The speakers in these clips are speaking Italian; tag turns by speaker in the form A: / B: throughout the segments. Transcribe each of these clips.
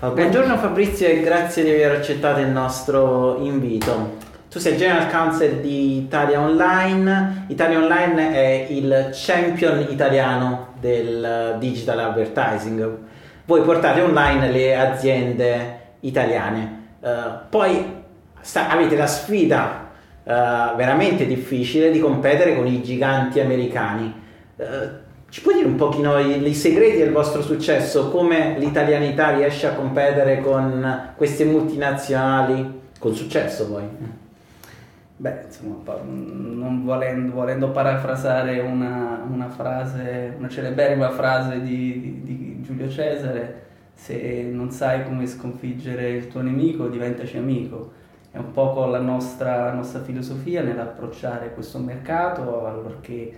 A: Buongiorno Fabrizio e grazie di aver accettato il nostro invito. Tu sei General Counsel di Italia Online. Italia Online è il champion italiano del digital advertising. Voi portate online le aziende italiane. Poi avete la sfida veramente difficile di competere con i giganti americani. Ci puoi dire un pochino i segreti del vostro successo, come l'italianità riesce a competere con queste multinazionali con successo poi?
B: Beh, insomma, non volendo parafrasare una frase, una celeberrima frase di Giulio Cesare, se non sai come sconfiggere il tuo nemico, diventaci amico. È un po' la nostra filosofia nell'approcciare questo mercato, allorché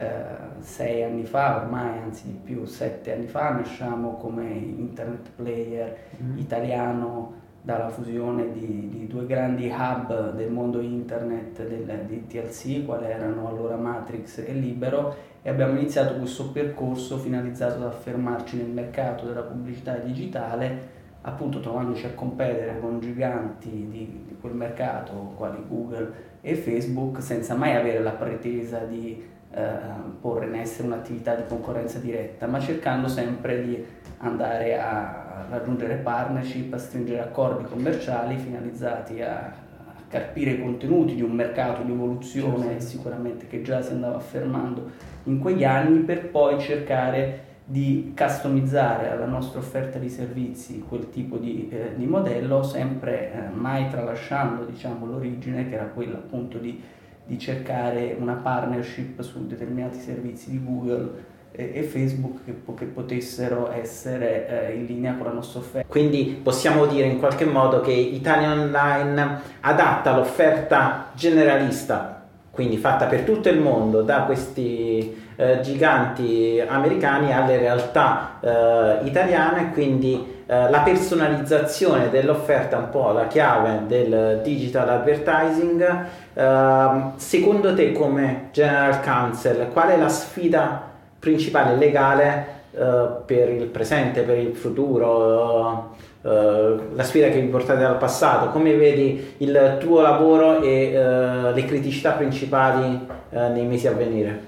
B: 6 anni fa, ormai anzi di più, 7 anni fa, nasciamo come internet player italiano dalla fusione di due grandi hub del mondo internet di TLC, quali erano allora Matrix e Libero, e abbiamo iniziato questo percorso finalizzato ad affermarci nel mercato della pubblicità digitale, appunto trovandoci a competere con giganti di quel mercato quali Google e Facebook, senza mai avere la pretesa di porre in essere un'attività di concorrenza diretta, ma cercando sempre di andare a raggiungere partnership, a stringere accordi commerciali finalizzati a carpire i contenuti di un mercato di evoluzione sicuramente che già si andava affermando in quegli anni, per poi cercare di customizzare alla nostra offerta di servizi quel tipo di modello, sempre mai tralasciando, diciamo, l'origine, che era quella appunto di cercare una partnership su determinati servizi di Google e Facebook che potessero essere in linea con la nostra offerta.
A: Quindi possiamo dire in qualche modo che Italia Online adatta l'offerta generalista, quindi fatta per tutto il mondo, da questi giganti americani alle realtà italiane, quindi la personalizzazione dell'offerta è un po' la chiave del digital advertising. Secondo te, come General Counsel, qual è la sfida principale legale per il presente, per il futuro, la sfida che vi portate dal passato? Come vedi il tuo lavoro e le criticità principali nei mesi a venire?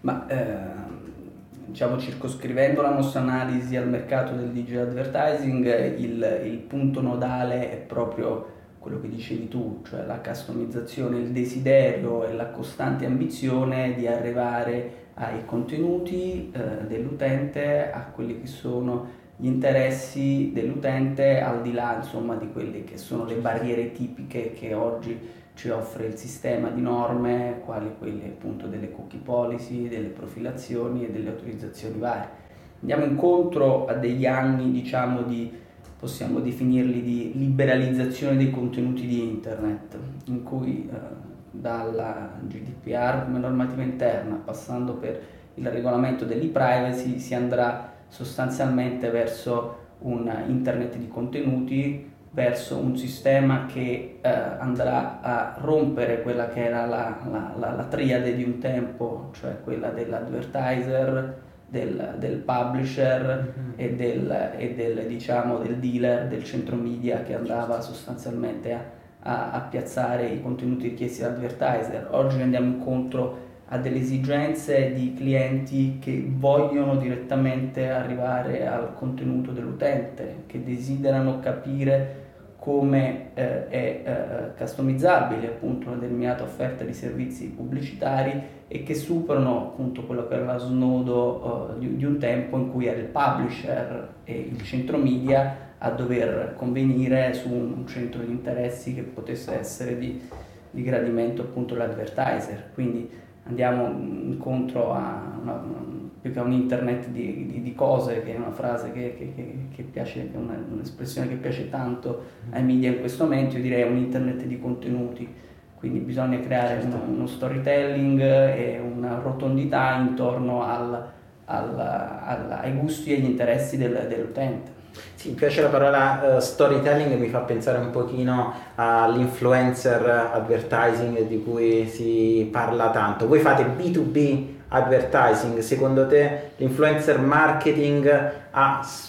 B: Diciamo, circoscrivendo la nostra analisi al mercato del digital advertising, il punto nodale è proprio quello che dicevi tu, cioè la customizzazione, il desiderio e la costante ambizione di arrivare ai contenuti dell'utente, a quelli che sono gli interessi dell'utente, al di là, insomma, di quelle che sono le barriere tipiche che oggi ci offre il sistema di norme, quali quelle appunto delle cookie policy, delle profilazioni e delle autorizzazioni varie. Andiamo incontro a degli anni, diciamo, possiamo definirli di liberalizzazione dei contenuti di internet, in cui dalla GDPR come normativa interna, passando per il regolamento dell'e-privacy, si andrà sostanzialmente verso un internet di contenuti, verso un sistema che andrà a rompere quella che era la triade di un tempo, cioè quella dell'advertiser, del publisher e diciamo del dealer, del centro media che andava sostanzialmente a piazzare i contenuti richiesti dall'advertiser. Oggi andiamo incontro a delle esigenze di clienti che vogliono direttamente arrivare al contenuto dell'utente, che desiderano capire come è customizzabile appunto una determinata offerta di servizi pubblicitari e che superano appunto quello che era lo snodo di un tempo in cui era il publisher e il centro media a dover convenire su un centro di interessi che potesse essere di gradimento appunto dell'advertiser. Quindi andiamo incontro più che a un internet di cose, che è una frase che piace, che è un'espressione che piace tanto ai media in questo momento. Io direi un internet di contenuti, quindi bisogna creare uno storytelling e una rotondità intorno ai gusti e agli interessi dell'utente.
A: Sì, mi piace la parola storytelling, mi fa pensare un pochino all'influencer advertising di cui si parla tanto. Voi fate B2B advertising, secondo te l'influencer marketing ha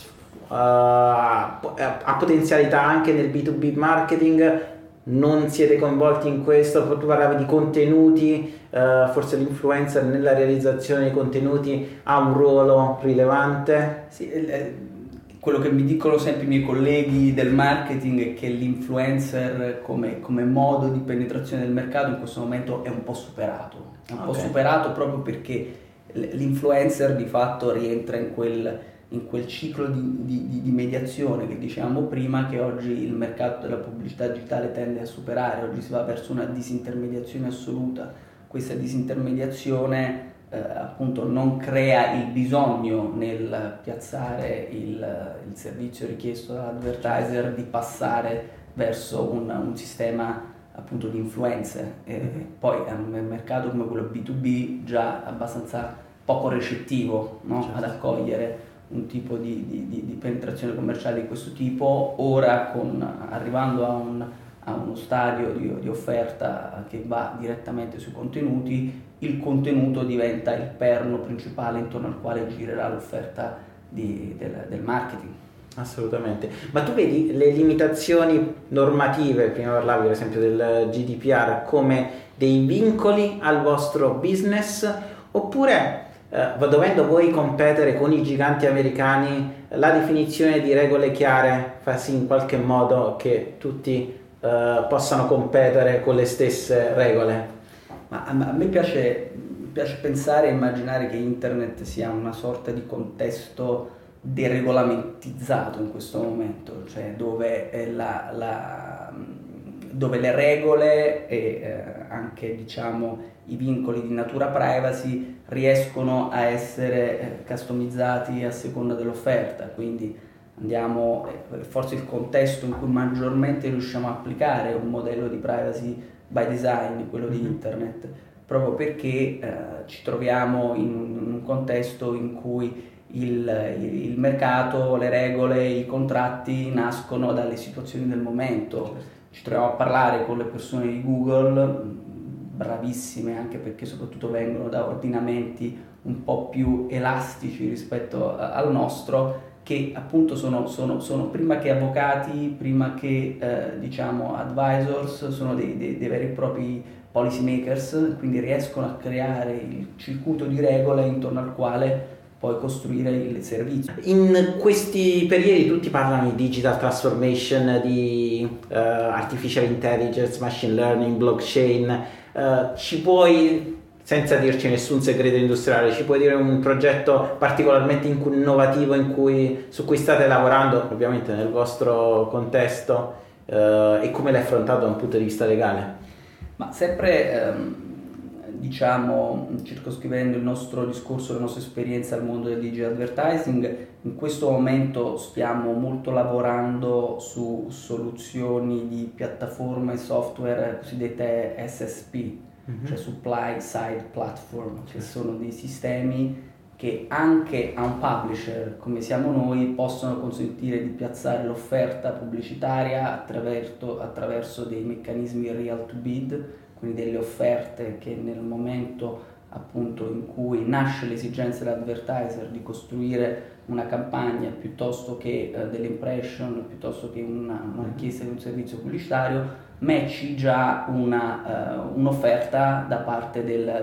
A: ha potenzialità anche nel B2B marketing? Non siete coinvolti in questo? Tu parlavi di contenuti, forse l'influencer nella realizzazione dei contenuti ha un ruolo rilevante?
B: Sì, quello che mi dicono sempre i miei colleghi del marketing è che l'influencer come modo di penetrazione del mercato in questo momento è un po' superato. È un po' superato proprio perché l'influencer di fatto rientra in quel ciclo di mediazione che dicevamo prima, che oggi il mercato della pubblicità digitale tende a superare. Oggi si va verso una disintermediazione assoluta. Questa disintermediazione appunto non crea il bisogno nel piazzare il servizio richiesto dall'advertiser di passare verso un sistema appunto di influencer. Poi è un mercato come quello B2B già abbastanza poco recettivo, no? Certo. Ad accogliere un tipo di penetrazione commerciale di questo tipo. Ora arrivando a uno stadio di offerta che va direttamente sui contenuti, il contenuto diventa il perno principale intorno al quale girerà l'offerta del marketing.
A: Assolutamente. Ma tu vedi le limitazioni normative, prima parlavi per esempio del GDPR, come dei vincoli al vostro business, oppure dovendo voi competere con i giganti americani, la definizione di regole chiare fa sì in qualche modo che tutti possano competere con le stesse regole?
B: Ma a me piace pensare e immaginare che internet sia una sorta di contesto deregolamentizzato in questo momento, cioè dove le regole e anche diciamo i vincoli di natura privacy riescono a essere customizzati a seconda dell'offerta. Quindi andiamo, forse il contesto in cui maggiormente riusciamo a applicare un modello di privacy by design, quello di internet, proprio perché ci troviamo in un contesto in cui il mercato, le regole, i contratti nascono dalle situazioni del momento. Ci troviamo a parlare con le persone di Google, bravissime anche perché soprattutto vengono da ordinamenti un po' più elastici rispetto al nostro, che appunto sono prima che avvocati, prima che diciamo advisors, sono dei veri e propri policy makers, quindi riescono a creare il circuito di regole intorno al quale poi costruire il servizio.
A: In questi periodi tutti parlano di digital transformation, di artificial intelligence, machine learning, blockchain. Ci puoi, senza dirci nessun segreto industriale, ci puoi dire un progetto particolarmente innovativo su cui state lavorando, ovviamente nel vostro contesto, e come l'hai affrontato da un punto di vista legale?
B: Ma sempre diciamo circoscrivendo il nostro discorso, la nostra esperienza al mondo del digital advertising, in questo momento stiamo molto lavorando su soluzioni di piattaforme software cosiddette SSP, cioè Supply Side Platform, che sono dei sistemi che anche a un publisher come siamo noi possono consentire di piazzare l'offerta pubblicitaria attraverso dei meccanismi real to bid, quindi delle offerte che nel momento appunto in cui nasce l'esigenza dell'advertiser di costruire una campagna piuttosto che delle impression, piuttosto che una richiesta di un servizio pubblicitario, matchi già un'offerta da parte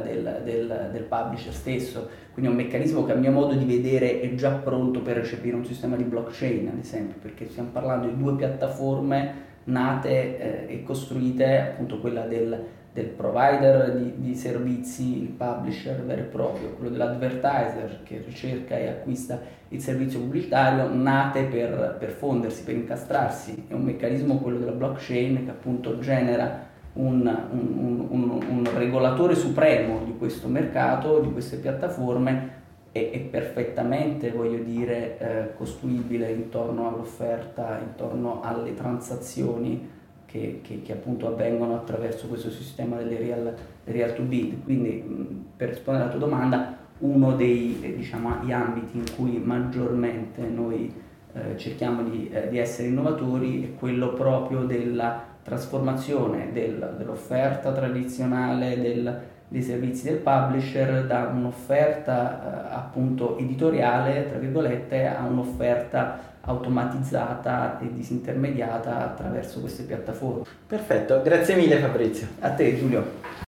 B: del publisher stesso. Quindi è un meccanismo che a mio modo di vedere è già pronto per recepire un sistema di blockchain, ad esempio, perché stiamo parlando di due piattaforme nate e costruite, appunto quella del provider di servizi, il publisher vero e proprio, quello dell'advertiser che ricerca e acquista il servizio pubblicitario, nate per fondersi, per incastrarsi. È un meccanismo, quello della blockchain, che appunto genera un regolatore supremo di questo mercato, di queste piattaforme, è perfettamente, voglio dire, costruibile intorno all'offerta, intorno alle transazioni che appunto avvengono attraverso questo sistema delle real to bid. Quindi per rispondere alla tua domanda, uno dei gli ambiti in cui maggiormente noi cerchiamo di essere innovatori è quello proprio della trasformazione dell'offerta tradizionale dei servizi del publisher da un'offerta appunto editoriale, tra virgolette, a un'offerta automatizzata e disintermediata attraverso queste piattaforme.
A: Perfetto, grazie mille Fabrizio.
B: A te Giulio.